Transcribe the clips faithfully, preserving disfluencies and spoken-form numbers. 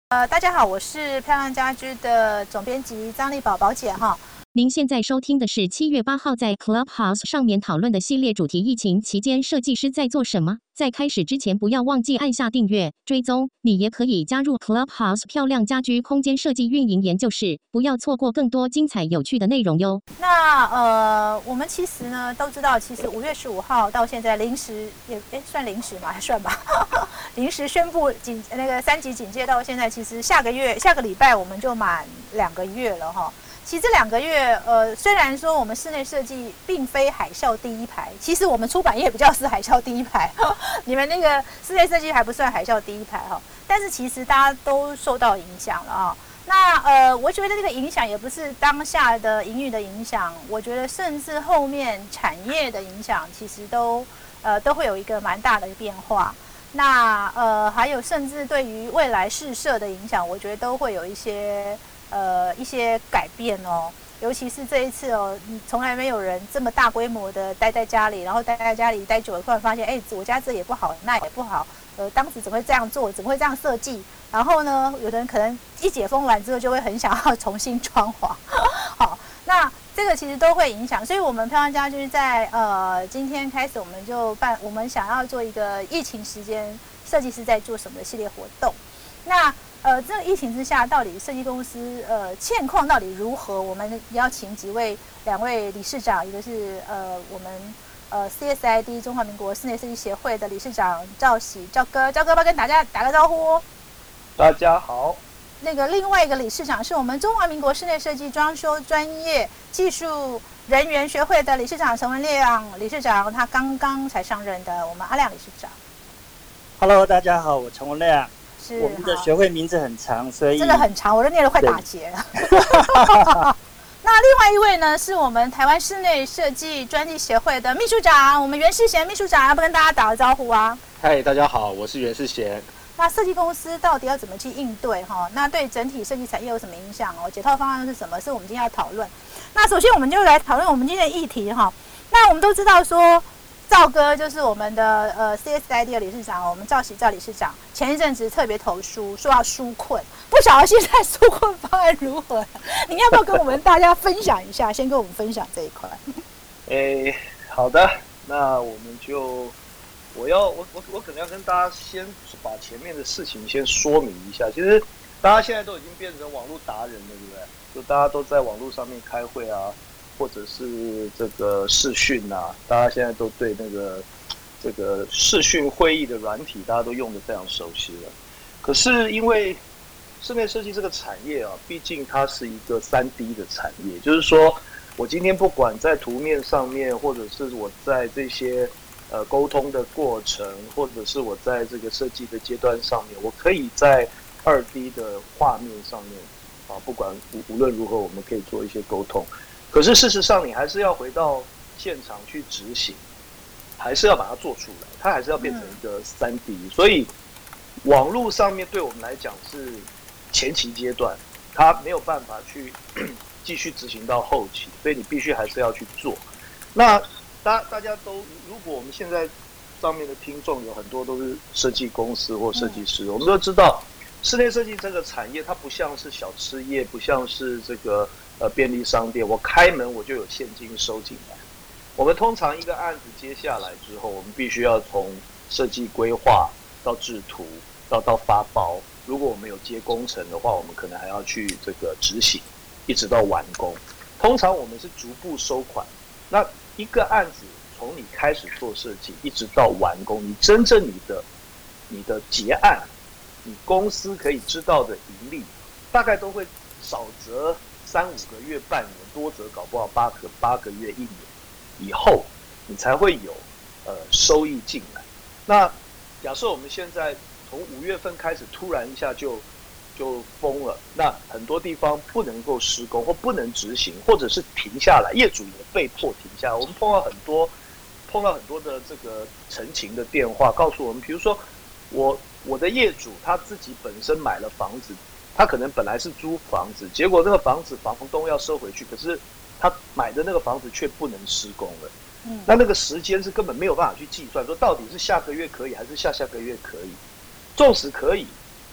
呃，大家好，我是漂亮家居的总编辑张丽宝宝姐哈。 您现在收听的是七月八号在 Clubhouse 上面讨论的系列主题：疫情期间设计师在做什么？在开始之前，不要忘记按下订阅、追踪。你也可以加入 Clubhouse 漂亮家居空间设计运营研究室，不要错过更多精彩有趣的内容哟。 那呃，我们其实呢都知道，其实五月十五号到现在临时也哎算临时嘛，还算吧，临时宣布警那个三级警戒到现在，其实下个月下个礼拜我们就满两个月了哈。其实这两个月，呃，虽然说我们室内设计并非海啸第一排，其实我们出版业比较是海啸第一排，你们那个室内设计还不算海啸第一排哈。但是其实大家都受到影响了啊。那呃，我觉得这个影响也不是当下的营运的影响，我觉得甚至后面产业的影响，其实都呃都会有一个蛮大的变化。那呃，还有甚至对于未来试射的影响，我觉得都会有一些。呃，一些改变哦，尤其是这一次哦，从来没有人这么大规模的待在家里，然后待在家里待久了，突然发现，哎，我家这也不好，那也不好，呃，当时怎么会这样做，怎么会这样设计？然后呢，有的人可能一解封完之后，就会很想要重新装潢。好，那这个其实都会影响，所以我们漂亮家居在呃今天开始，我们就办，我们想要做一个疫情时间设计师在做什么的系列活动。那呃，这个疫情之下，到底设计公司呃现况到底如何？我们邀请几位两位理事长，一个是呃我们呃 C S I D 中华民国室内设计协会的理事长赵喜赵哥，赵哥要不要跟大家打个招呼？ 大家好。 那个另外一个理事长是我们中华民国室内设计装修专业技术人员学会的理事长陈文亮理事长，他刚刚才上任的我们阿亮理事长。 Hello， 大家好，我陈文亮。 是我们的学会名字很长，所以真的很长，我都念得快打结了。那另外一位呢，是我们台湾室内设计专技协会的秘书长，我们袁世贤秘书长，要不跟大家打个招呼啊？ 嗨，大家好，我是袁世贤。 那设计公司到底要怎么去应对哈？那对整体设计产业有什么影响哦？解套方案是什么？是我们今天要讨论。那首先我们就来讨论我们今天的议题哈。那我们都知道说。赵哥就是我们的呃 C S I D 的理事长，我们赵喜赵理事长前一阵子特别投书说要纾困，不晓得现在纾困方案如何？你要不要跟我们大家分享一下？先跟我们分享这一块。 诶，好的，那我们就我要我我我可能要跟大家先把前面的事情先说明一下。其实大家现在都已经变成网络达人了，对不对？就大家都在网络上面开会啊。或者是这个视讯啊，大家现在都对那个这个视讯会议的软体，大家都用得非常熟悉了。可是因为室内设计这个产业啊，毕竟它是一个 三 D 的产业，就是说我今天不管在图面上面，或者是我在这些呃沟通的过程，或者是我在这个设计的阶段上面，我可以在 二 D 的画面上面啊，不管无无论如何，我们可以做一些沟通。可是事实上，你还是要回到现场去执行，还是要把它做出来，它还是要变成一个 三 D。所以，网络上面对我们来讲是前期阶段，它没有办法去继续执行到后期，所以你必须还是要去做。那大大家都，如果我们现在上面的听众有很多都是设计公司或设计师，我们都知道，室内设计这个产业，它不像是小吃业，不像是这个。呃，便利商店，我开门我就有现金收进来。我们通常一个案子接下来之后，我们必须要从设计规划到制图，到到发包。如果我们有接工程的话，我们可能还要去这个执行，一直到完工。通常我们是逐步收款。那一个案子从你开始做设计，一直到完工，你真正你的你的结案，你公司可以知道的盈利，大概都会少则。三五个月、半年，多则搞不好八个八个月、一年以后，你才会有呃收益进来。那假设我们现在从五月份开始，突然一下就就封了，那很多地方不能够施工或不能执行，或者是停下来，业主也被迫停下来。我们碰到很多碰到很多的这个陈情的电话，告诉我们，比如说我我的业主他自己本身买了房子。他可能本来是租房子，结果那个房子房东要收回去，可是他买的那个房子却不能施工了。嗯，那那个时间是根本没有办法去计算，说到底是下个月可以还是下下个月可以。纵使可以，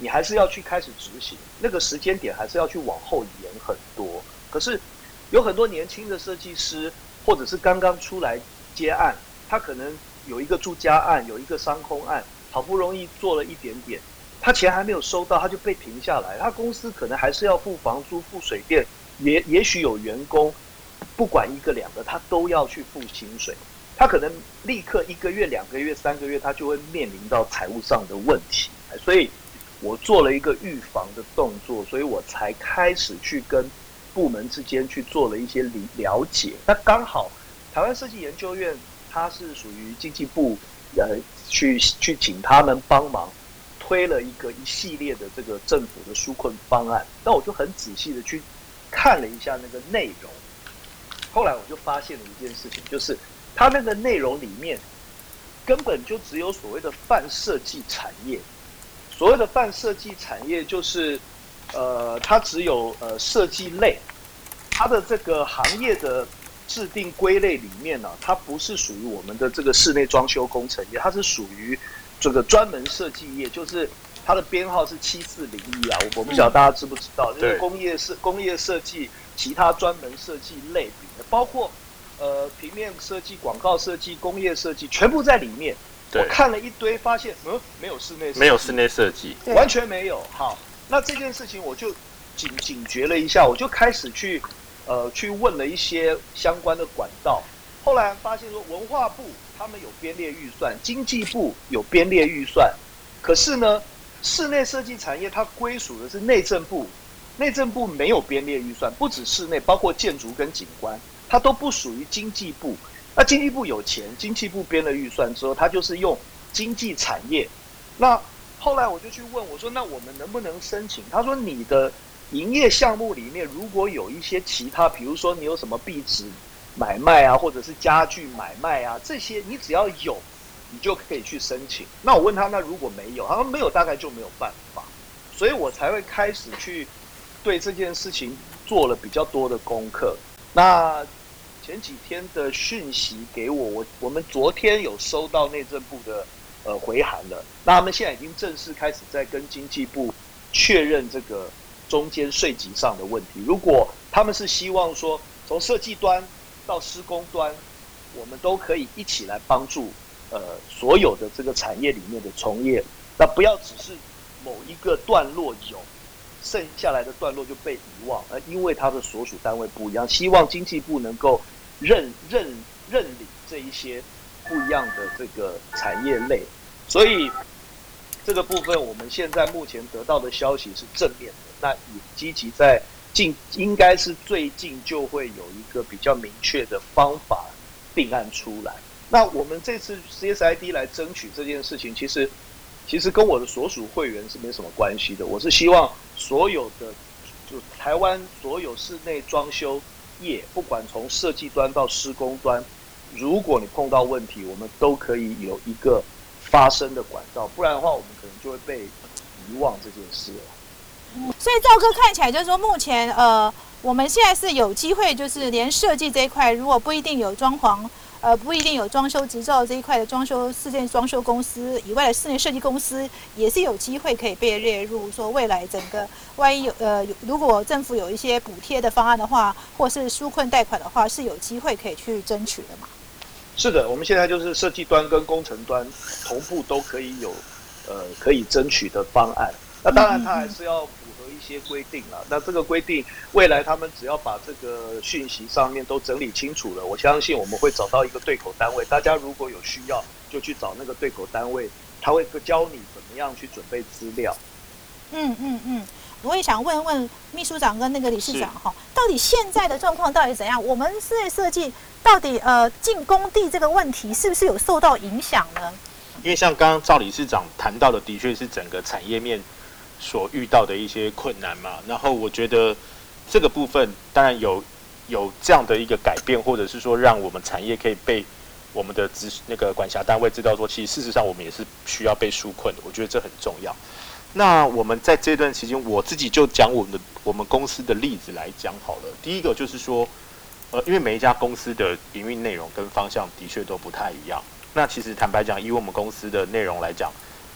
你还是要去开始执行，那个时间点还是要去往后延很多。可是有很多年轻的设计师，或者是刚刚出来接案，他可能有一个住家案，有一个商空案，好不容易做了一点点，他钱还没有收到，他就被停下来。他公司可能还是要付房租、付水电，也也许有员工，不管一个两个，他都要去付薪水。他可能立刻一个月、两个月、三个月，他就会面临到财务上的问题。所以我做了一个预防的动作，所以我才开始去跟部门之间去做了一些了解。那刚好台湾设计研究院它是属于经济部，呃，去去请他们帮忙推了一个一系列的这个政府的纾困方案。那我就很仔细的去看了一下那个内容，后来我就发现了一件事情，就是它那个内容里面根本就只有所谓的泛设计产业。所谓的泛设计产业就是，呃，它只有呃设计类，它的这个行业的制定归类里面呢、啊，它不是属于我们的这个室内装修工程业，它是属于这个专门设计业，就是它的编号是七四零一啊，我不晓得大家知不知道，就是工业设工业设计其他专门设计类别，包括呃平面设计、广告设计、工业设计，全部在里面。我看了一堆，发现嗯没有室内设计， 没有室内设计， 完全没有。好，那这件事情我就警警觉了一下，我就开始去呃去问了一些相关的管道。后来发现说，文化部他们有编列预算，经济部有编列预算，可是呢，室内设计产业它归属的是内政部，内政部没有编列预算，不止室内，包括建筑跟景观，它都不属于经济部。那经济部有钱，经济部编了预算之后，他就是用经济产业。那后来我就去问我说，那我们能不能申请？他说你的营业项目里面如果有一些其他，比如说你有什么壁纸买卖啊，或者是家具买卖啊，这些你只要有，你就可以去申请。那我问他，那如果没有，他说没有，大概就没有办法。所以我才会开始去对这件事情做了比较多的功课。那前几天的讯息给我，我我们昨天有收到内政部的呃回函了，那他们现在已经正式开始在跟经济部确认这个中间税级上的问题。如果他们是希望说从设计端到施工端，我们都可以一起来帮助呃所有的这个产业里面的从业，那不要只是某一个段落有，剩下来的段落就被遗忘，而因为它的所属单位不一样，希望经济部能够认认认领这一些不一样的这个产业类，所以这个部分我们现在目前得到的消息是正面的，那也积极在近，应该是最近就会有一个比较明确的方法定案出来。那我们这次 C S I D 来争取这件事情，其实其实跟我的所属会员是没什么关系的，我是希望所有的就台湾所有室内装修业，不管从设计端到施工端，如果你碰到问题，我们都可以有一个发声的管道，不然的话，我们可能就会被遗忘这件事了。 嗯，所以赵哥看起来就是说，目前呃，我们现在是有机会，就是连设计这一块，如果不一定有装潢，呃，不一定有装修执照这一块的装修室内装修公司以外的室内设计公司，也是有机会可以被列入。说未来整个万一有呃，如果政府有一些补贴的方案的话，或是纾困贷款的话，是有机会可以去争取的嘛？ 是的，我们现在就是设计端跟工程端同步都可以有呃可以争取的方案。那当然，它还是要符合一些规定啦。那这个规定，未来他们只要把这个讯息上面都整理清楚了，我相信我们会找到一个对口单位。大家如果有需要，就去找那个对口单位，他会教你怎么样去准备资料。 嗯嗯嗯，我也想问问秘书长跟那个理事长哈，到底现在的状况到底怎样？我们室内设计到底呃进工地这个问题是不是有受到影响呢？ 因为像刚刚赵理事长谈到的，的确是整个产业面所遇到的一些困难嘛。然后我觉得这个部分当然有有这样的一个改变，或者是说让我们产业可以被我们的直那个管辖单位知道说，其实事实上我们也是需要被纾困的。我觉得这很重要。那我们在这段期间，我自己就讲我们的我们公司的例子来讲好了。第一个就是说，呃，因为每一家公司的营运内容跟方向的确都不太一样。那其实坦白讲，以我们公司的内容来讲，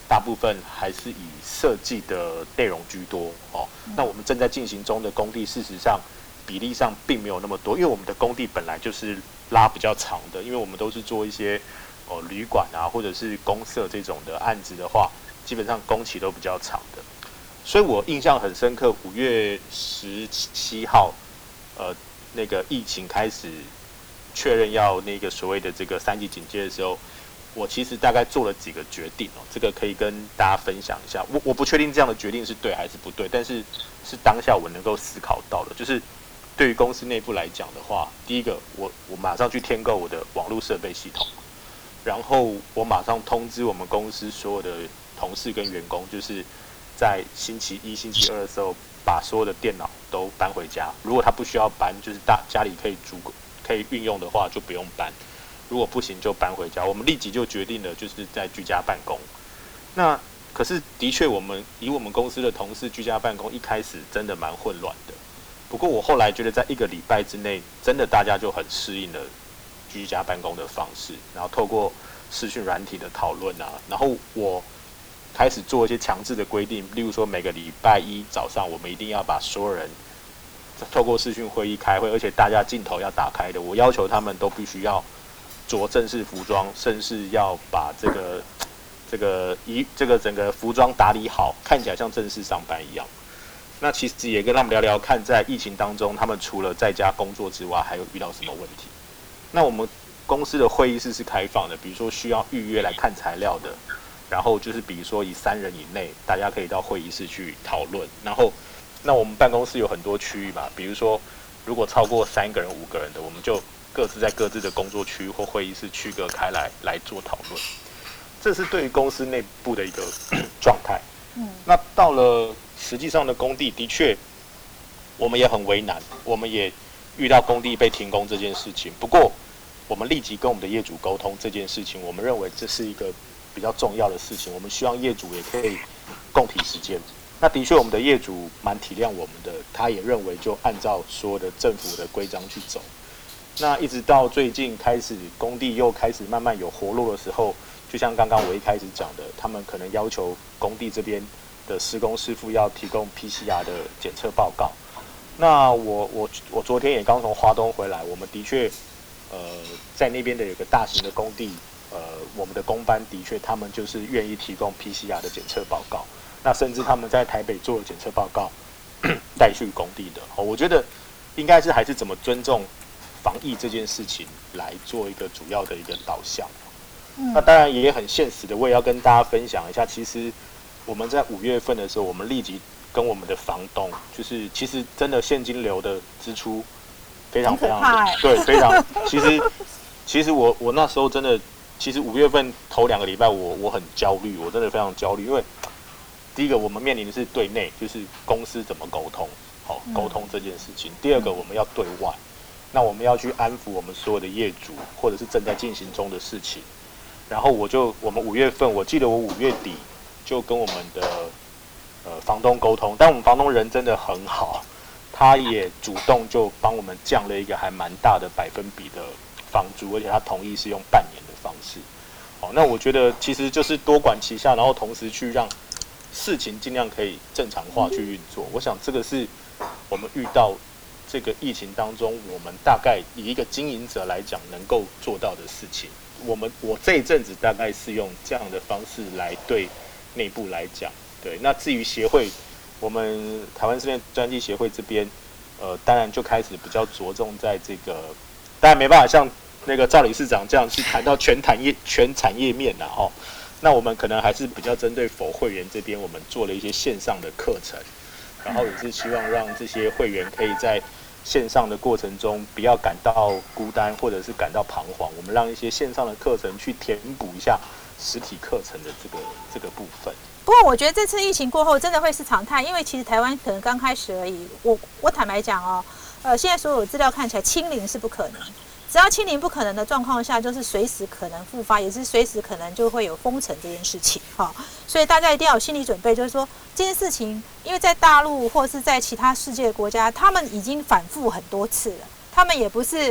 大部分还是以设计的内容居多哦。那我们正在进行中的工地，事实上比例上并没有那么多，因为我们的工地本来就是拉比较长的，因为我们都是做一些哦旅馆啊或者是公社这种的案子的话，基本上工期都比较长的。所以我印象很深刻，五月十七号，呃，那个疫情开始确认要那个所谓的这个三级警戒的时候，我其实大概做了几个决定哦，这个可以跟大家分享一下。我我不确定这样的决定是对还是不对，但是是当下我能够思考到的，就是对于公司内部来讲的话，第一个，我我马上去添购我的网络设备系统，然后我马上通知我们公司所有的同事跟员工，就是在星期一、星期二的时候，把所有的电脑都搬回家。如果他不需要搬，就是大家里可以足够可以运用的话，就不用搬。如果不行就搬回家。我们立即就决定了，就是在居家办公。那可是的确，我们以我们公司的同事居家办公，一开始真的蛮混乱的。不过我后来觉得，在一个礼拜之内，真的大家就很适应了居家办公的方式，然后透过视讯软体的讨论啊，然后我开始做一些强制的规定，例如说每个礼拜一早上，我们一定要把所有人透过视讯会议开会，而且大家镜头要打开的。我要求他们都必须要着正式服装，甚至要把这个这个一这个整个服装打理好，看起来像正式上班一样。那其实也跟他们聊聊看，在疫情当中，他们除了在家工作之外，还有遇到什么问题？那我们公司的会议室是开放的，比如说需要预约来看材料的。然后就是比如说以三人以内，大家可以到会议室去讨论。然后，那我们办公室有很多区域嘛，比如说如果超过三个人、五个人的，我们就各自在各自的工作区或会议室区隔开来来做讨论。这是对于公司内部的一个状态。嗯，那到了实际上的工地，的确我们也很为难，我们也遇到工地被停工这件事情。不过，我们立即跟我们的业主沟通这件事情，我们认为这是一个比较重要的事情，我们希望业主也可以共体时间。那的确，我们的业主蛮体谅我们的，他也认为就按照所有的政府的规章去走。那一直到最近开始，工地又开始慢慢有活络的时候，就像刚刚我一开始讲的，他们可能要求工地这边的施工师傅要提供 P C R 的检测报告。那我我我昨天也刚从花东回来，我们的确，呃，在那边的有个大型的工地。呃，我们的工班的确，他们就是愿意提供 P C R 的检测报告，那甚至他们在台北做的检测报告带去工地的。哦，我觉得应该是还是怎么尊重防疫这件事情来做一个主要的一个导向。嗯、那当然也很现实的，我也要跟大家分享一下，其实我们在五月份的时候，我们立即跟我们的房东，就是其实真的现金流的支出非常非常的、欸、对，非常其实其实我我那时候真的。其实五月份头两个礼拜我，我我很焦虑，我真的非常焦虑，因为第一个我们面临的是对内，就是公司怎么沟通，好沟通这件事情；第二个我们要对外，那我们要去安抚我们所有的业主，或者是正在进行中的事情。然后我就我们五月份，我记得我五月底就跟我们的呃房东沟通，但我们房东人真的很好，他也主动就帮我们降了一个还蛮大的百分比的房租，而且他同意是用半年的方式。好，那我觉得其实就是多管齐下，然后同时去让事情尽量可以正常化去运作。我想这个是我们遇到这个疫情当中，我们大概以一个经营者来讲能够做到的事情。我们我这一阵子大概是用这样的方式来对内部来讲。对，那至于协会，我们台湾室内专技协会这边，呃，当然就开始比较着重在这个，当然没办法像那个赵理事长这样去谈到全产业全产业面啦哦，那我们可能还是比较针对否会员这边，我们做了一些线上的课程，然后也是希望让这些会员可以在线上的过程中不要感到孤单，或者是感到彷徨。我们让一些线上的课程去填补一下实体课程的这个这个部分。 不过我觉得这次疫情过后真的会是常态，因为其实台湾可能刚开始而已。我我坦白讲哦，呃，现在所有资料看起来清零是不可能。只要清零不可能的状况下，就是随时可能复发，也是随时可能就会有封城这件事情。好，所以大家一定要有心理准备，就是说这件事情，因为在大陆或是在其他世界的国家，他们已经反复很多次了，他们也不是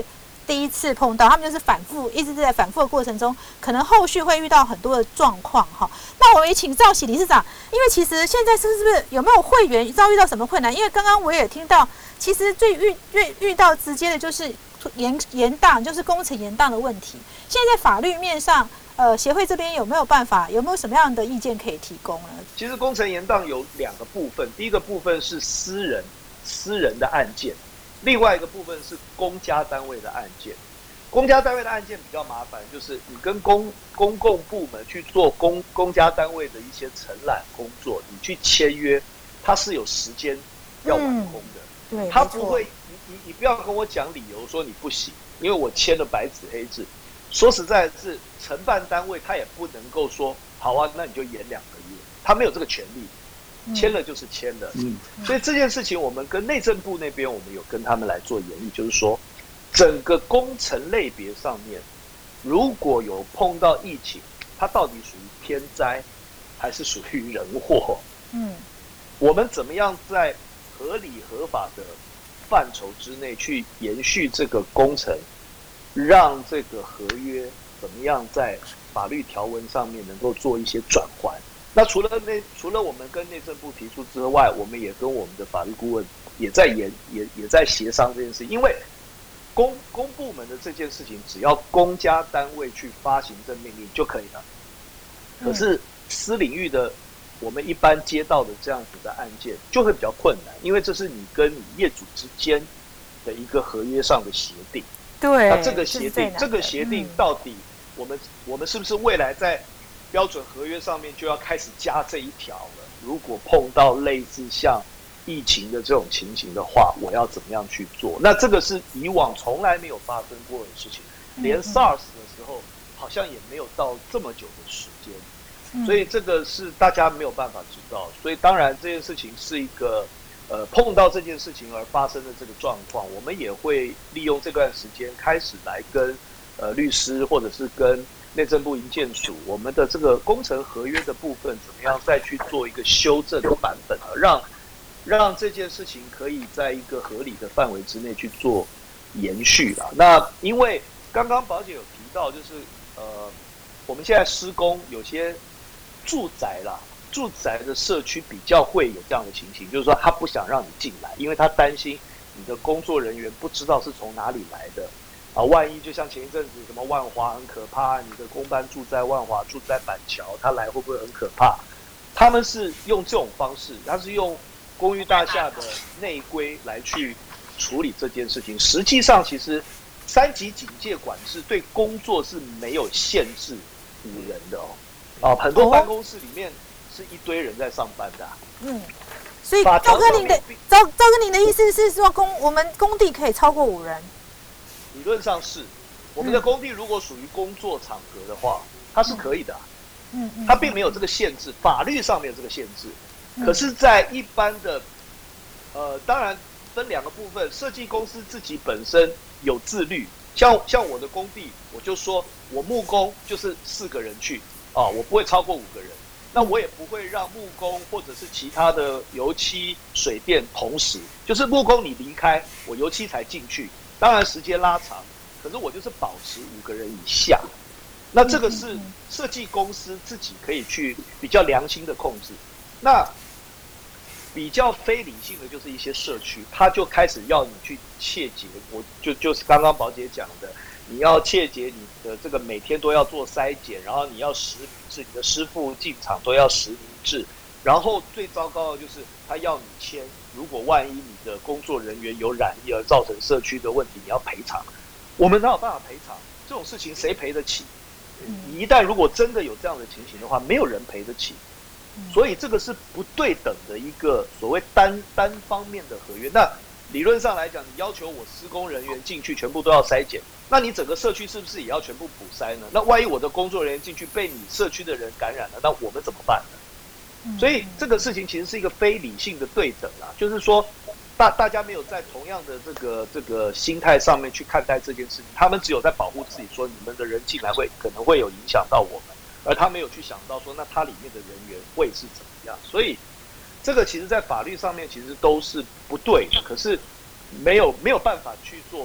第一次碰到，他们就是反复一直在反复的过程中，可能后续会遇到很多的状况哈。那我也请教喜理事长，因为其实现在是不是有没有会员遭遇到什么困难？因为刚刚我也听到，其实最遇遇遇到直接的就是延延宕，就是工程延宕的问题。现在在法律面上，呃，协会这边有没有办法，有没有什么样的意见可以提供呢？ 其实工程延宕有两个部分，第一个部分是私人私人的案件。另外一个部分是公家单位的案件，公家单位的案件比较麻烦，就是你跟公公共部门去做公公家单位的一些承揽工作，你去签约，它是有时间要完工的， 嗯、对， 他不会，你你你不要跟我讲理由说你不行，因为我签了白纸黑字。说实在是承办单位他也不能够说好啊，那你就延两个月，他没有这个权利。签了就是签了，嗯，所以这件事情我们跟内政部那边，我们有跟他们来做研议，就是说，整个工程类别上面，如果有碰到疫情，它到底属于天灾，还是属于人祸？嗯，我们怎么样在合理合法的范畴之内去延续这个工程，让这个合约怎么样在法律条文上面能够做一些转换？那除了内除了我们跟内政部提出之外，我们也跟我们的法律顾问也在研也也在协商这件事，因为公公部门的这件事情，只要公家单位去发行政命令就可以了。可是私领域的，我们一般接到的这样子的案件就会比较困难，因为这是你跟你业主之间的一个合约上的协定。 对， 那这个协定，这个协定到底我们我们是不是未来在标准合约上面就要开始加这一条了？如果碰到类似像疫情的这种情形的话，我要怎么样去做？那这个是以往从来没有发生过的事情，连 SARS 的时候好像也没有到这么久的时间，所以这个是大家没有办法知道。所以当然这件事情是一个呃碰到这件事情而发生的这个状况，我们也会利用这段时间开始来跟呃律师或者是跟内政部营建署，我们的这个工程合约的部分怎么样再去做一个修正的版本，让让这件事情可以在一个合理的范围之内去做延续啦。那因为刚刚宝姐有提到，就是呃，我们现在施工有些住宅啦，住宅的社区比较会有这样的情形，就是说他不想让你进来，因为他担心你的工作人员不知道是从哪里来的。啊，万一就像前一阵子什么万华很可怕，你的公班住在万华，住在板桥，他来会不会很可怕？他们是用这种方式，他是用公寓大厦的内规来去处理这件事情。实际上，其实三级警戒管制对工作是没有限制五人的哦。啊，很多办公室里面是一堆人在上班的、啊。嗯， 所以赵哥您的赵赵哥您的意思是说工我们工地可以超过五人？ 理论上是，我们的工地如果属于工作场合的话，它是可以的、啊，嗯嗯，它并没有这个限制，法律上没有这个限制，可是，在一般的，呃，当然分两个部分，设计公司自己本身有自律，像像我的工地，我就说我木工就是四个人去啊，我不会超过五个人，那我也不会让木工或者是其他的油漆、水电同时，就是木工你离开，我油漆才进去。当然时间拉长，可是我就是保持五个人以下。那这个是设计公司自己可以去比较良心的控制。那比较非理性的就是一些社区，他就开始要你去切结，我就就是刚刚宝姐讲的，你要切结你的这个每天都要做筛检，然后你要实名制，你的师傅进场都要实名制，然后最糟糕的就是他要你签。如果万一你的工作人员有染疫而造成社区的问题，你要赔偿。我们哪有办法赔偿？这种事情谁赔得起？一旦如果真的有这样的情形的话，没有人赔得起。所以这个是不对等的一个所谓单单方面的合约。那理论上来讲，你要求我施工人员进去全部都要筛检，那你整个社区是不是也要全部补筛呢？那万一我的工作人员进去被你社区的人感染了，那我们怎么办呢？所以这个事情其实是一个非理性的对等啊，就是说大大家没有在同样的这个这个心态上面去看待这件事情，他们只有在保护自己，说你们的人进来会可能会有影响到我们，而他没有去想到说那它里面的人员会是怎么样。所以这个其实在法律上面其实都是不对的，可是没有没有办法去做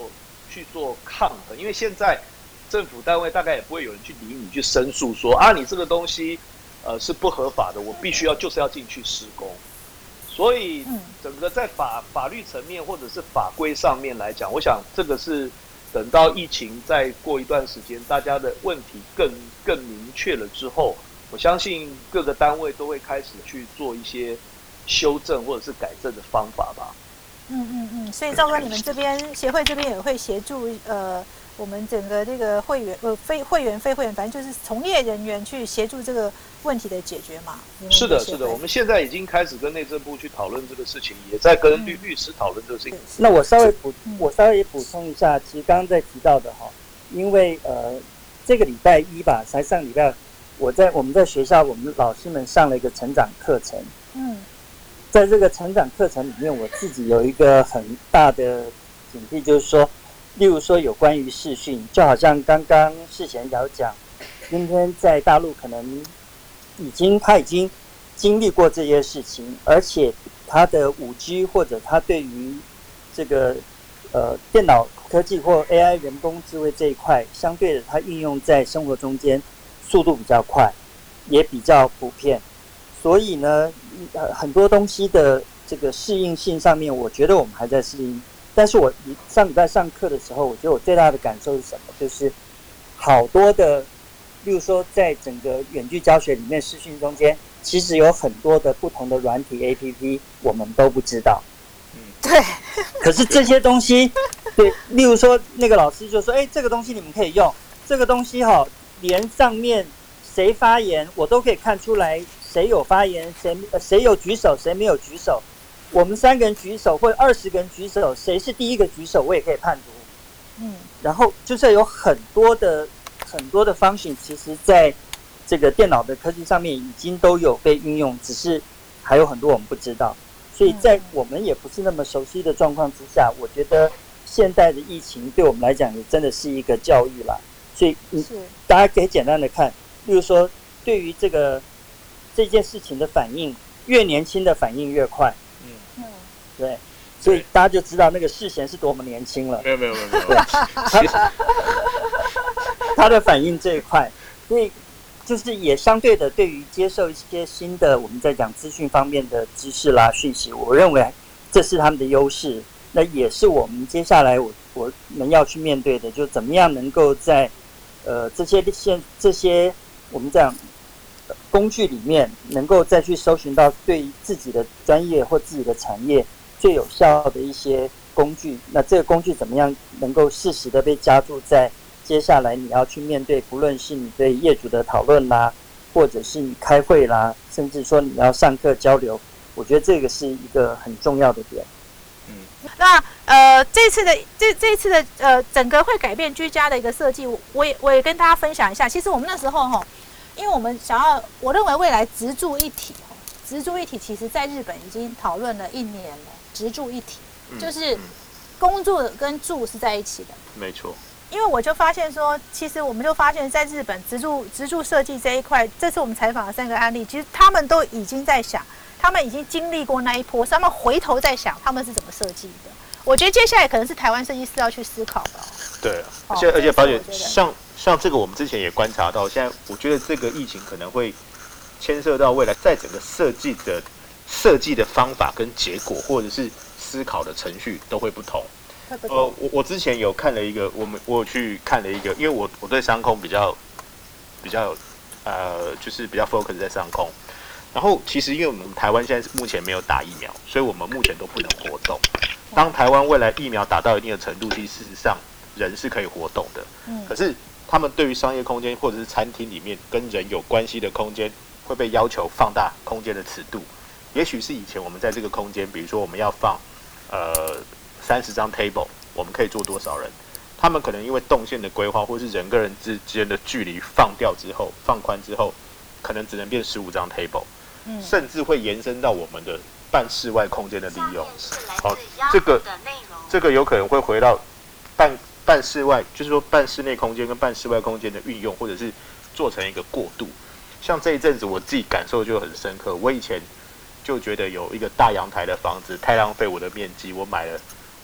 去做抗衡，因为现在政府单位大概也不会有人去理你去申诉说啊你这个东西呃是不合法的，我必须要就是要进去施工。所以整个在法法律层面或者是法规上面来讲，我想这个是等到疫情再过一段时间，大家的问题更更明确了之后，我相信各个单位都会开始去做一些修正或者是改正的方法吧。 嗯嗯嗯，所以赵哥，你们这边协会这边也会协助呃我们整个这个会员呃非会员非会员，反正就是从业人员去协助这个问题的解决嘛。 是的，是的，我们现在已经开始跟内政部去讨论这个事情，也在跟律、嗯、律师讨论这个事情。 那我稍微补，我稍微补充一下，其实刚刚在提到的哈，因为呃这个礼拜一吧，才上礼拜，我在我们在学校，我们老师们上了一个成长课程。嗯。在这个成长课程里面，我自己有一个很大的警惕，就是说，例如说有关于视讯，就好像刚刚事前有讲，今天在大陆可能已经他已经经历过这些事情，而且他的 五 G 或者他对于这个呃电脑科技或 A I 人工智慧这一块，相对的它应用在生活中间速度比较快，也比较普遍。所以呢，呃，很多东西的这个适应性上面，我觉得我们还在适应。但是我上礼拜上课的时候，我觉得我最大的感受是什么？就是好多的，例如说在整个远距教学里面，视讯中间其实有很多的不同的软体 A P P， 我们都不知道。 嗯，对。 可是这些东西，对，例如说那个老师就说：“哎，这个东西你们可以用，这个东西哈，连上面谁发言，我都可以看出来。”谁有发言，谁谁有举手，谁没有举手？我们三个人举手，或者二十个人举手，谁是第一个举手，我也可以判读。嗯，然后就是有很多的很多的function，其实在这个电脑的科技上面已经都有被运用，只是还有很多我们不知道。所以在我们也不是那么熟悉的状况之下，我觉得现在的疫情对我们来讲也真的是一个教育啦。所以嗯，大家可以简单的看，例如说对于这个。这件事情的反应，越年轻的反应越快。嗯嗯，对，所以大家就知道那个世贤是多么年轻了。 没有没有没有没有， 他他的反应最快，所以就是也相对的，对于接受一些新的我们在讲资讯方面的知识啦、讯息，我认为这是他们的优势，那也是我们接下来我我们要去面对的，就怎么样能够在呃这些现这些我们讲。工具里面能够再去搜寻到对自己的专业或自己的产业最有效的一些工具，那这个工具怎么样能够适时的被加注在接下来你要去面对，不论是你对业主的讨论啦，或者是你开会啦，甚至说你要上课交流，我觉得这个是一个很重要的点。 嗯，那呃这次的这这次的呃整个会改变居家的一个设计，我也我也跟大家分享一下。其实我们那时候哈。因为我们想要，我认为未来直住一体，直住一体其实在日本已经讨论了一年了。直住一体，就是工作跟住是在一起的。 没错。 因为我就发现说，其实我们就发现，在日本直住直住设计这一块，这次我们采访的三个案例，其实他们都已经在想，他们已经经历过那一波，他们回头在想他们是怎么设计的。我觉得接下来可能是台湾设计师要去思考的。 对，而且、哦、而且宝姐像。像这个，我们之前也观察到，现在我觉得这个疫情可能会牵涉到未来在整个设计的设计的方法跟结果，或者是思考的程序都会不同。呃，我我之前有看了一个，我们我有去看了一个，因为我我对商空比较比较呃，就是比较 focus 在商空。然后其实因为我们台湾现在目前没有打疫苗，所以我们目前都不能活动。当台湾未来疫苗打到一定的程度，其实事实上人是可以活动的。嗯，可是。他们对于商业空间或者是餐厅里面跟人有关系的空间，会被要求放大空间的尺度。也许是以前我们在这个空间，比如说我们要放呃三十张 table， 我们可以坐多少人？他们可能因为动线的规划，或是人跟人之间的距离放掉之后，放宽之后，可能只能变十五张 table，、嗯、甚至会延伸到我们的半室外空间的利用。好、哦，这个这个有可能会回到半。半室外就是说半室内空间跟半室外空间的运用，或者是做成一个过渡。像这一阵子我自己感受就很深刻，我以前就觉得有一个大阳台的房子太浪费我的面积，我买了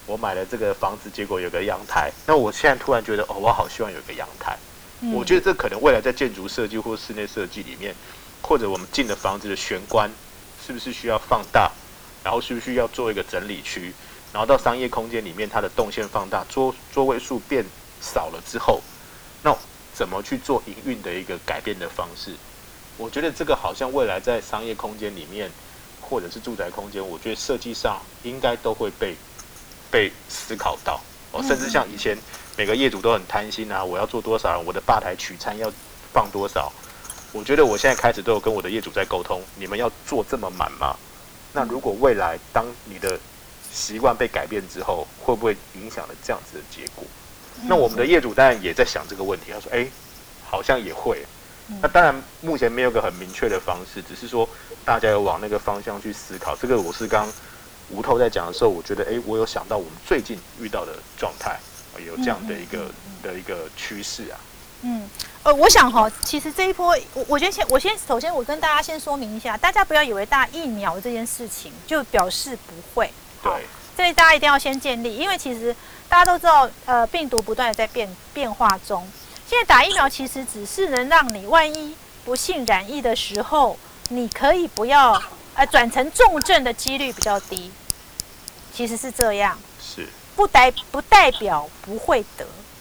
我买了这个房子，结果有个阳台，那我现在突然觉得，哦，我好希望有个阳台。嗯、我觉得这可能未来在建筑设计或室内设计里面，或者我们进的房子的玄关，是不是需要放大？然后需不需要做一个整理区？然后到商业空间里面，它的动线放大，桌座位数变少了之后，那怎么去做营运的一个改变的方式？我觉得这个好像未来在商业空间里面，或者是住宅空间，我觉得设计上应该都会被被思考到哦。甚至像以前每个业主都很贪心啊，我要做多少人，我的吧台取餐要放多少。我觉得我现在开始都有跟我的业主在沟通，你们要做这么满吗？那如果未来当你的习惯被改变之后，会不会影响了这样子的结果？那我们的业主当然也在想这个问题，他说：“哎，好像也会。”那当然目前没有个很明确的方式，只是说大家有往那个方向去思考。这个我是刚吴透在讲的时候，我觉得哎，我有想到我们最近遇到的状态，有这样的一个、嗯、的一个趋势啊。 嗯，呃，我想哈，其实这一波，我我觉得先，我先首先我跟大家先说明一下，大家不要以为打疫苗这件事情就表示不会， 对， 这大家一定要先建立，因为其实大家都知道，呃，病毒不断的在变变化中，现在打疫苗其实只是能让你万一不幸染疫的时候，你可以不要，呃，转成重症的几率比较低，其实是这样， 是， 不代不代表不会得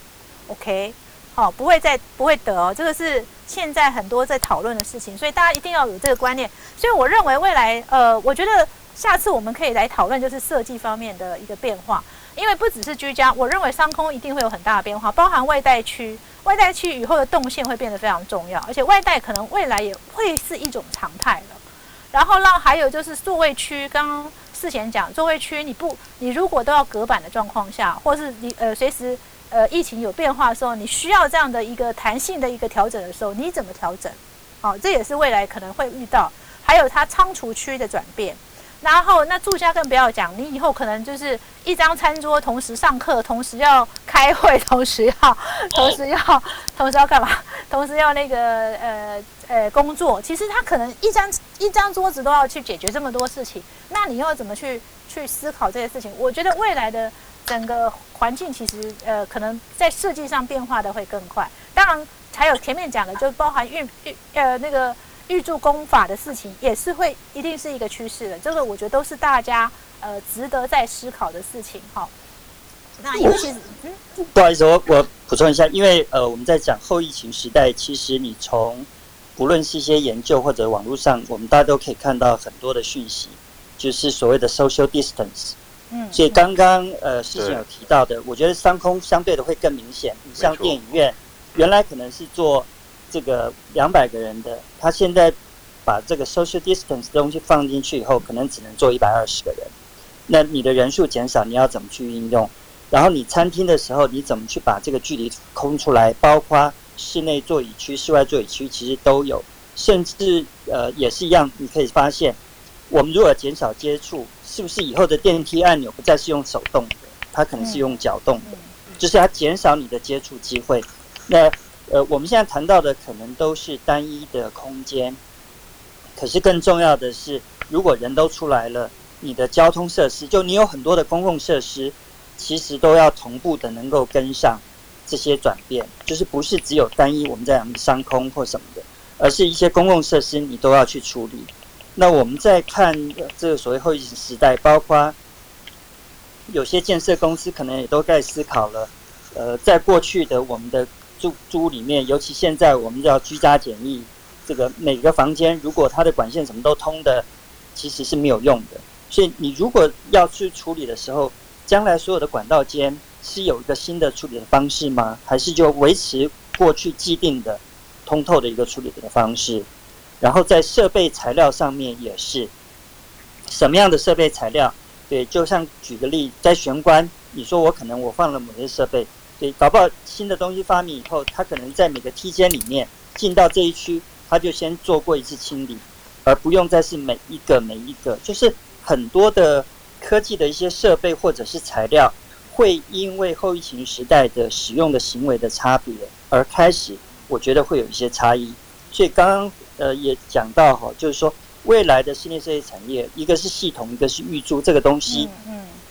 ，OK。哦，不会再不会得哦，这个是现在很多在讨论的事情，所以大家一定要有这个观念。所以我认为未来，呃，我觉得下次我们可以来讨论就是设计方面的一个变化，因为不只是居家，我认为商空一定会有很大的变化，包含外带区，外带区以后的动线会变得非常重要，而且外带可能未来也会是一种常态了。然后让还有就是座位区，刚刚事前讲座位区，你不你如果都要隔板的状况下，或是你呃随时。呃，疫情有变化的时候，你需要这样的一个弹性的一个调整的时候，你怎么调整？哦，这也是未来可能会遇到。还有它仓储区的转变，然后那住家更不要讲，你以后可能就是一张餐桌同时上课，同时要开会，同时要同时要同时要干嘛？同时要那个呃呃工作。其实它可能一张一张桌子都要去解决这么多事情，那你要怎么去去思考这些事情？我觉得未来的。整个环境其实呃可能在设计上变化的会更快，当然还有前面讲的，就包含预预呃那个预铸工法的事情，也是会一定是一个趋势的。这个我觉得都是大家呃值得在思考的事情哈。那因为其实嗯， 不好意思，我我补充一下，因为呃我们在讲后疫情时代，其实你从不论是一些研究或者网络上，我们大家都可以看到很多的讯息，就是所谓的 social distance。嗯，所以刚刚呃事情有提到的，我觉得商空相对的会更明显。你像电影院，原来可能是做这个两百个人的，他现在把这个 social distance 的东西放进去以后，可能只能做一百二十个人。那你的人数减少，你要怎么去应用？然后你餐厅的时候，你怎么去把这个距离空出来？包括室内座椅区、室外座椅区，其实都有。甚至呃也是一样，你可以发现，我们如果减少接触。是不是以后的电梯按钮不再是用手动的，它可能是用脚动的，就是它减少你的接触机会。那呃，我们现在谈到的可能都是单一的空间，可是更重要的是，如果人都出来了，你的交通设施，就你有很多的公共设施，其实都要同步的能够跟上这些转变，就是不是只有单一我们在讲的商空或什么的，而是一些公共设施你都要去处理。那我们在看这个所谓后疫情时代，包括有些建设公司可能也都在思考了，呃，在过去的我们的住住屋里面，尤其现在我们要居家检疫，这个每个房间如果它的管线什么都通的，其实是没有用的。所以你如果要去处理的时候，将来所有的管道间是有一个新的处理的方式吗？还是就维持过去既定的通透的一个处理的方式？然后在设备材料上面也是，什么样的设备材料？对，就像举个例，在玄关，你说我可能我放了某些设备，对，搞不好新的东西发明以后，它可能在每个梯间里面进到这一区，它就先做过一次清理，而不用再是每一个每一个，就是很多的科技的一些设备或者是材料，会因为后疫情时代的使用的行为的差别而开始，我觉得会有一些差异。所以刚刚呃也讲到哈，就是说未来的室内设计产业，一个是系统，一个是预铸这个东西，嗯，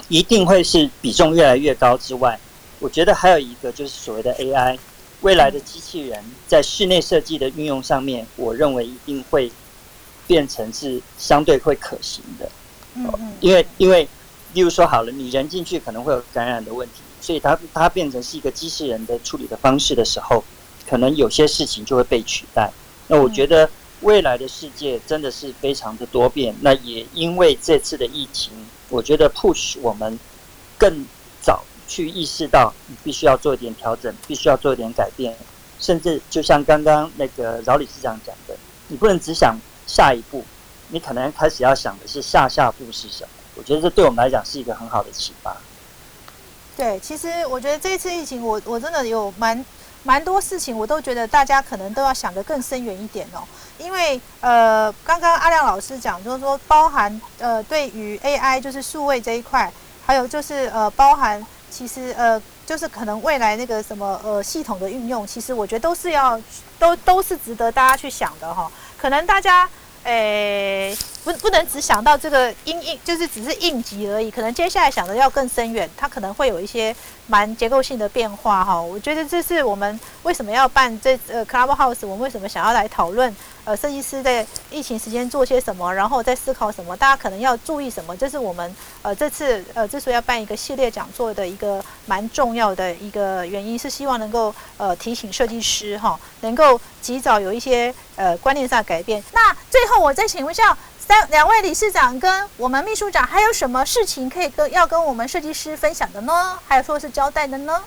一定会是比重越来越高之外，我觉得还有一个就是所谓的 A I， 未来的机器人在室内设计的运用上面，我认为一定会变成是相对会可行的。 嗯嗯， 因为因为例如说好了，你人进去可能会有感染的问题，所以它它变成是一个机器人的处理的方式的时候，可能有些事情就会被取代。那我觉得未来的世界真的是非常的多变，那也因为这次的疫情，我觉得 push 我们更早去意识到你必须要做一点调整，必须要做一点改变，甚至就像刚刚那个饶理事长讲的，你不能只想下一步，你可能开始要想的是下下步是什么。我觉得这对我们来讲是一个很好的启发。 对，其实我觉得这一次疫情我，我真的有蛮蛮多事情，我都觉得大家可能都要想得更深远一点哦。因为呃，刚刚阿亮老师讲，就是说包含呃，对于 A I 就是数位这一块，还有就是呃，包含其实呃，就是可能未来那个什么呃系统的运用，其实我觉得都是要都都是值得大家去想的哈、哦。可能大家。诶，不不能只想到这个应应，就是只是应急而已。可能接下来想的要更深远，它可能会有一些蛮结构性的变化哈。我觉得这是我们为什么要办这呃 Clubhouse， 我们为什么想要来讨论呃设计师在疫情时间做些什么，然后在思考什么，大家可能要注意什么，这是我们呃这次呃之所以要办一个系列讲座的一个蛮重要的一个原因，是希望能够呃提醒设计师哈，能够及早有一些呃观念上的改变。那最后我再请问一下三两位理事长跟我们秘书长，还有什么事情可以跟要跟我们设计师分享的呢？还有说是交代的呢？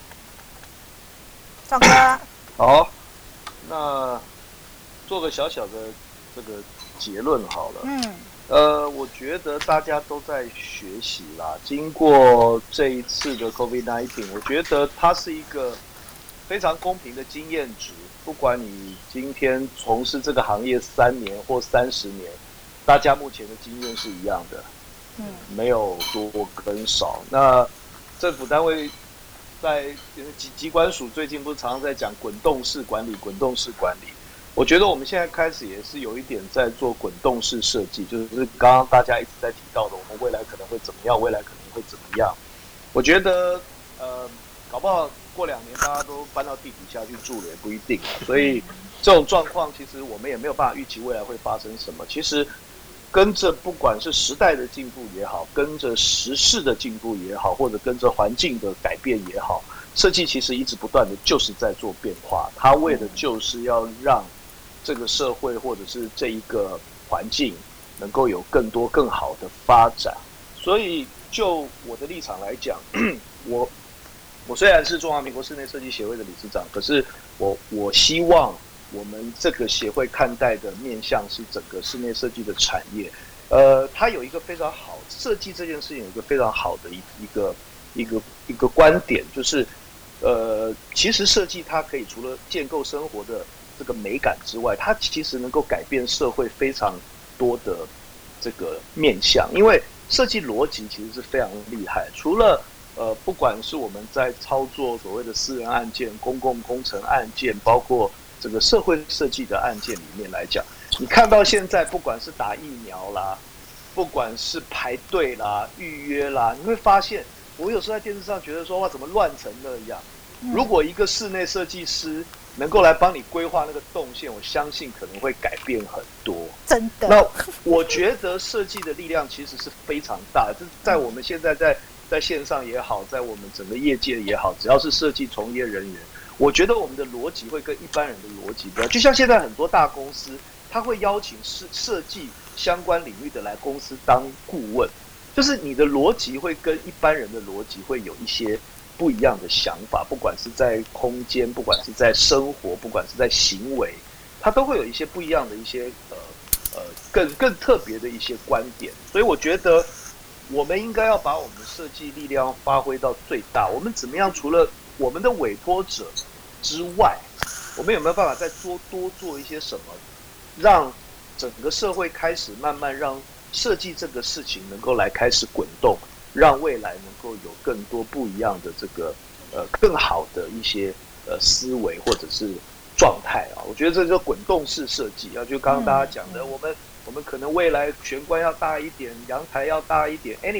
赵哥， 好，那做个小小的这个结论好了。 嗯， 呃，我觉得大家都在学习啦。经过这一次的 COVID 十九， 我觉得它是一个非常公平的经验值。不管你今天从事这个行业三年或三十年，大家目前的经验是一样的， 嗯， 没有多跟少。那政府单位在机机关署最近不是常常在讲滚动式管理，滚动式管理。我觉得我们现在开始也是有一点在做滚动式设计，就是刚刚大家一直在提到的，我们未来可能会怎么样，未来可能会怎么样。我觉得呃，搞不好过两年大家都搬到地底下去住了也不一定，所以这种状况其实我们也没有办法预期未来会发生什么。其实跟着不管是时代的进步也好，跟着时事的进步也好，或者跟着环境的改变也好，设计其实一直不断的就是在做变化，它为的就是要让这个社会或者是这一个环境能够有更多更好的发展。所以就我的立场来讲，我我虽然是中华民国室内设计协会的理事长，可是我我希望我们这个协会看待的面向是整个室内设计的产业。呃，它有一个非常好，设计这件事情有一个非常好的一一个一个一个观点，就是呃，其实设计它可以除了建构生活的这个美感之外，它其实能够改变社会非常多的这个面向，因为设计逻辑其实是非常厉害。除了呃，不管是我们在操作所谓的私人案件、公共工程案件，包括这个社会设计的案件里面来讲，你看到现在不管是打疫苗啦，不管是排队啦、预约啦，你会发现，我有时候在电视上觉得说哇，怎么乱成那样？如果一个室内设计师能够来帮你规划那个动线，我相信可能会改变很多。 真的。 那我觉得设计的力量其实是非常大的，这在我们现在在在线上也好，在我们整个业界也好，只要是设计从业人员，我觉得我们的逻辑会跟一般人的逻辑不一样。就像现在很多大公司，他会邀请设设计相关领域的来公司当顾问，就是你的逻辑会跟一般人的逻辑会有一些不一样的想法，不管是在空间，不管是在生活，不管是在行为，它都会有一些不一样的一些呃呃更更特别的一些观点。所以我觉得我们应该要把我们的设计力量发挥到最大。我们怎么样？除了我们的委托者之外，我们有没有办法再多多做一些什么，让整个社会开始慢慢让设计这个事情能够来开始滚动，让未来能够有更多不一样的这个呃更好的一些呃思维或者是状态啊。我觉得这就滚动式设计啊，就刚刚大家讲的，我们我们可能未来玄关要大一点，阳台要大一点 ，anyway，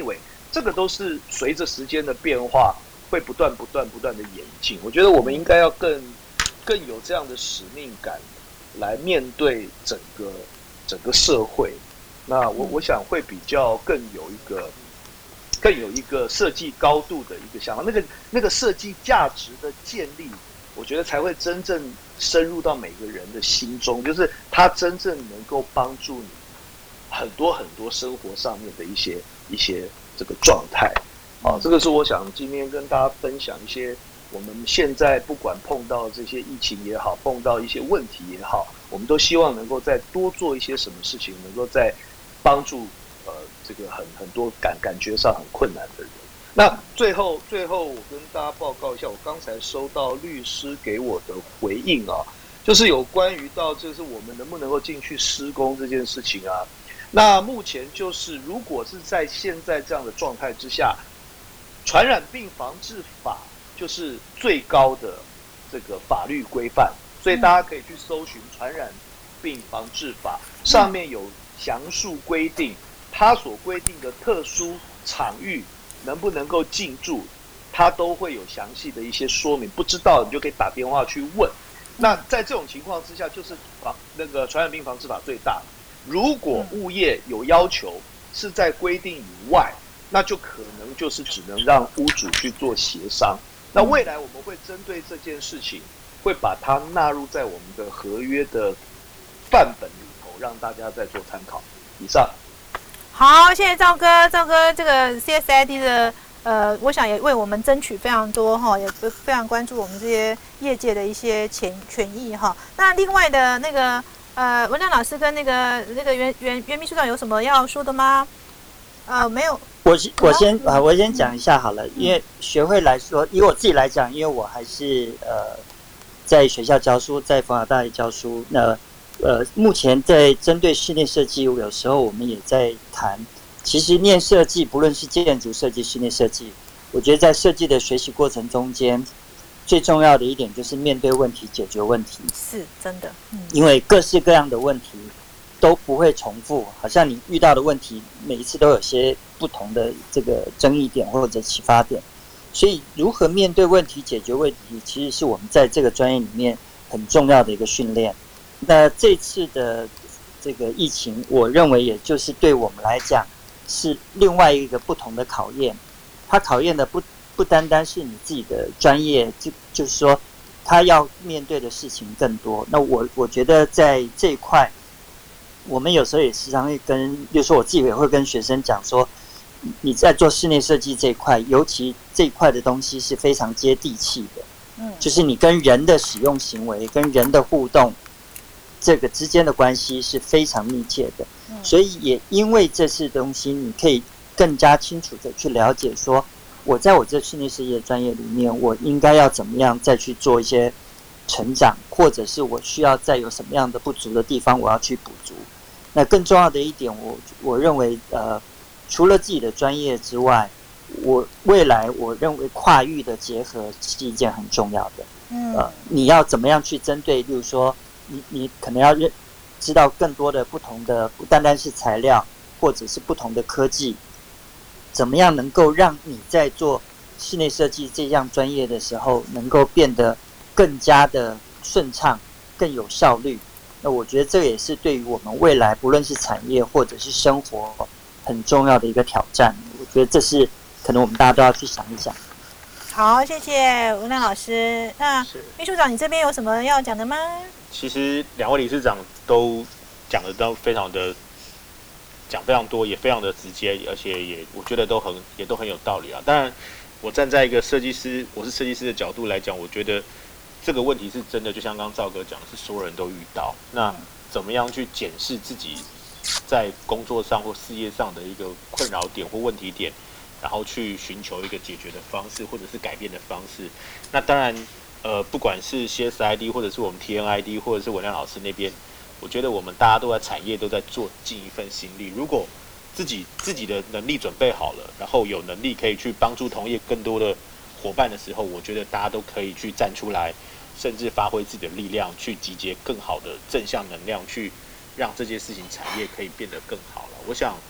这个都是随着时间的变化会不断不断不断的演进。我觉得我们应该要更更有这样的使命感来面对整个整个社会。那我我想会比较更有一个更有一个设计高度的一个想法，那个那个设计价值的建立，我觉得才会真正深入到每个人的心中，就是它真正能够帮助你很多很多生活上面的一些一些这个状态。好，这个是我想今天跟大家分享一些我们现在不管碰到这些疫情也好，碰到一些问题也好，我们都希望能够再多做一些什么事情，能够再帮助呃这个很很多感感觉上很困难的人。那最后最后我跟大家报告一下，我刚才收到律师给我的回应啊，就是有关于到就是我们能不能够进去施工这件事情啊。那目前就是如果是在现在这样的状态之下，传染病防治法就是最高的这个法律规范，所以大家可以去搜寻传染病防治法，上面有详述规定它所规定的特殊场域能不能够进驻，它都会有详细的一些说明，不知道你就可以打电话去问。那在这种情况之下，就是防那个传染病防治法最大。如果物业有要求是在规定以外，那就可能就是只能让屋主去做协商。那未来我们会针对这件事情，会把它纳入在我们的合约的范本里头，让大家再做参考。以上。 好，谢谢赵哥，赵哥这个 C S I D 的呃，我想也为我们争取非常多哈，也非常关注我们这些业界的一些权权益哈。那另外的那个呃，文亮老师跟那个那个袁袁袁秘书长有什么要说的吗？呃，没有。 我我先啊，我先讲一下好了，因为学会来说，以我自己来讲，因为我还是呃在学校教书，在逢甲大学教书，那呃目前在针对室内设计，有时候我们也在谈，其实念设计，不论是建筑设计、室内设计，我觉得在设计的学习过程中间，最重要的一点就是面对问题、解决问题， 是真的，嗯，因为各式各样的问题都不会重复，好像你遇到的问题每一次都有些不同的这个争议点或者启发点，所以如何面对问题、解决问题，其实是我们在这个专业里面很重要的一个训练。那这次的这个疫情，我认为也就是对我们来讲是另外一个不同的考验，它考验的不不单单是你自己的专业，就就是说他要面对的事情更多。那我我觉得在这一块，我们有时候也时常会跟，比如说我自己也会跟学生讲说，你在做室内设计这一块，尤其这一块的东西是非常接地气的，嗯，就是你跟人的使用行为、跟人的互动，这个之间的关系是非常密切的。所以也因为这次东西，你可以更加清楚的去了解说，我在我这室内设计的专业里面，我应该要怎么样再去做一些成长，或者是我需要再有什么样的不足的地方，我要去补足。那更重要的一点，我我认为，呃，除了自己的专业之外，我未来我认为跨域的结合是一件很重要的。嗯，呃，你要怎么样去针对，例如说，你你可能要认知道更多的不同的，不单单是材料，或者是不同的科技，怎么样能够让你在做室内设计这样专业的时候，能够变得更加的顺畅，更有效率。那我觉得这也是对于我们未来不论是产业或者是生活很重要的一个挑战。我觉得这是可能我们大家都要去想一想。 好，谢谢文亮老师。那秘书长，你这边有什么要讲的吗？ 其实两位理事长都讲的都非常的讲非常多，也非常的直接，而且也我觉得都很也都很有道理啊。当然，我站在一个设计师，我是设计师的角度来讲，我觉得这个问题是真的，就像刚刚赵哥讲的，是所有人都遇到。那怎么样去检视自己在工作上或事业上的一个困扰点或问题点，然后去寻求一个解决的方式，或者是改变的方式。那当然，呃，不管是 C S I D 或者是我们 T N I D 或者是文亮老师那边，我觉得我们大家都在产业都在做尽一份心力。如果自己自己的能力准备好了，然后有能力可以去帮助同业更多的伙伴的时候，我觉得大家都可以去站出来，甚至发挥自己的力量，去集结更好的正向能量，去让这件事情产业可以变得更好了。我想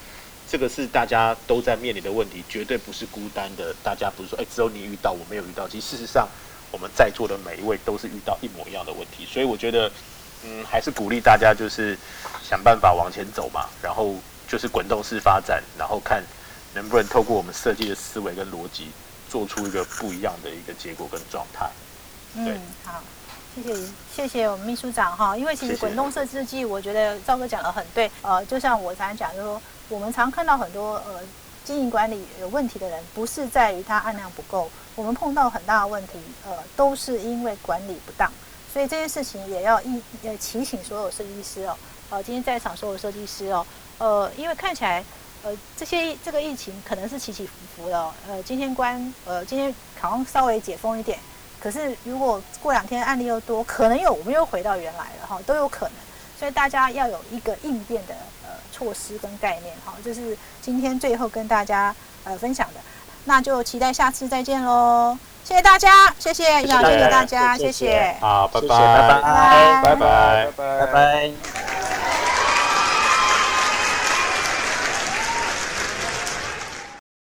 这个是大家都在面临的问题，绝对不是孤单的。大家不是说，哎，只有你遇到，我没有遇到。其实事实上，我们在座的每一位都是遇到一模一样的问题。所以我觉得，嗯，还是鼓励大家就是想办法往前走嘛，然后就是滚动式发展，然后看能不能透过我们设计的思维跟逻辑，做出一个不一样的一个结果跟状态。对， 嗯，好。谢谢谢谢我们秘书长哈，因为其实滚动设计，我觉得赵哥讲的很对，呃，就像我常常讲，就是说我们常看到很多呃经营管理有问题的人，不是在于他案量不够，我们碰到很大的问题，呃，都是因为管理不当，所以这件事情也要一呃提醒所有设计师哦，呃，今天在场所有设计师哦，呃，因为看起来呃这些这个疫情可能是起起伏伏的哦，呃，今天关呃今天好像稍微解封一点。可是，如果过两天案例又多，可能又我们又回到原来了哈，都有可能。所以大家要有一个应变的呃措施跟概念哈，这是今天最后跟大家呃分享的。那就期待下次再见喽！谢谢大家，谢谢，也谢谢大家，谢谢。 好，拜拜， 拜拜， 拜拜， 拜拜， 拜拜。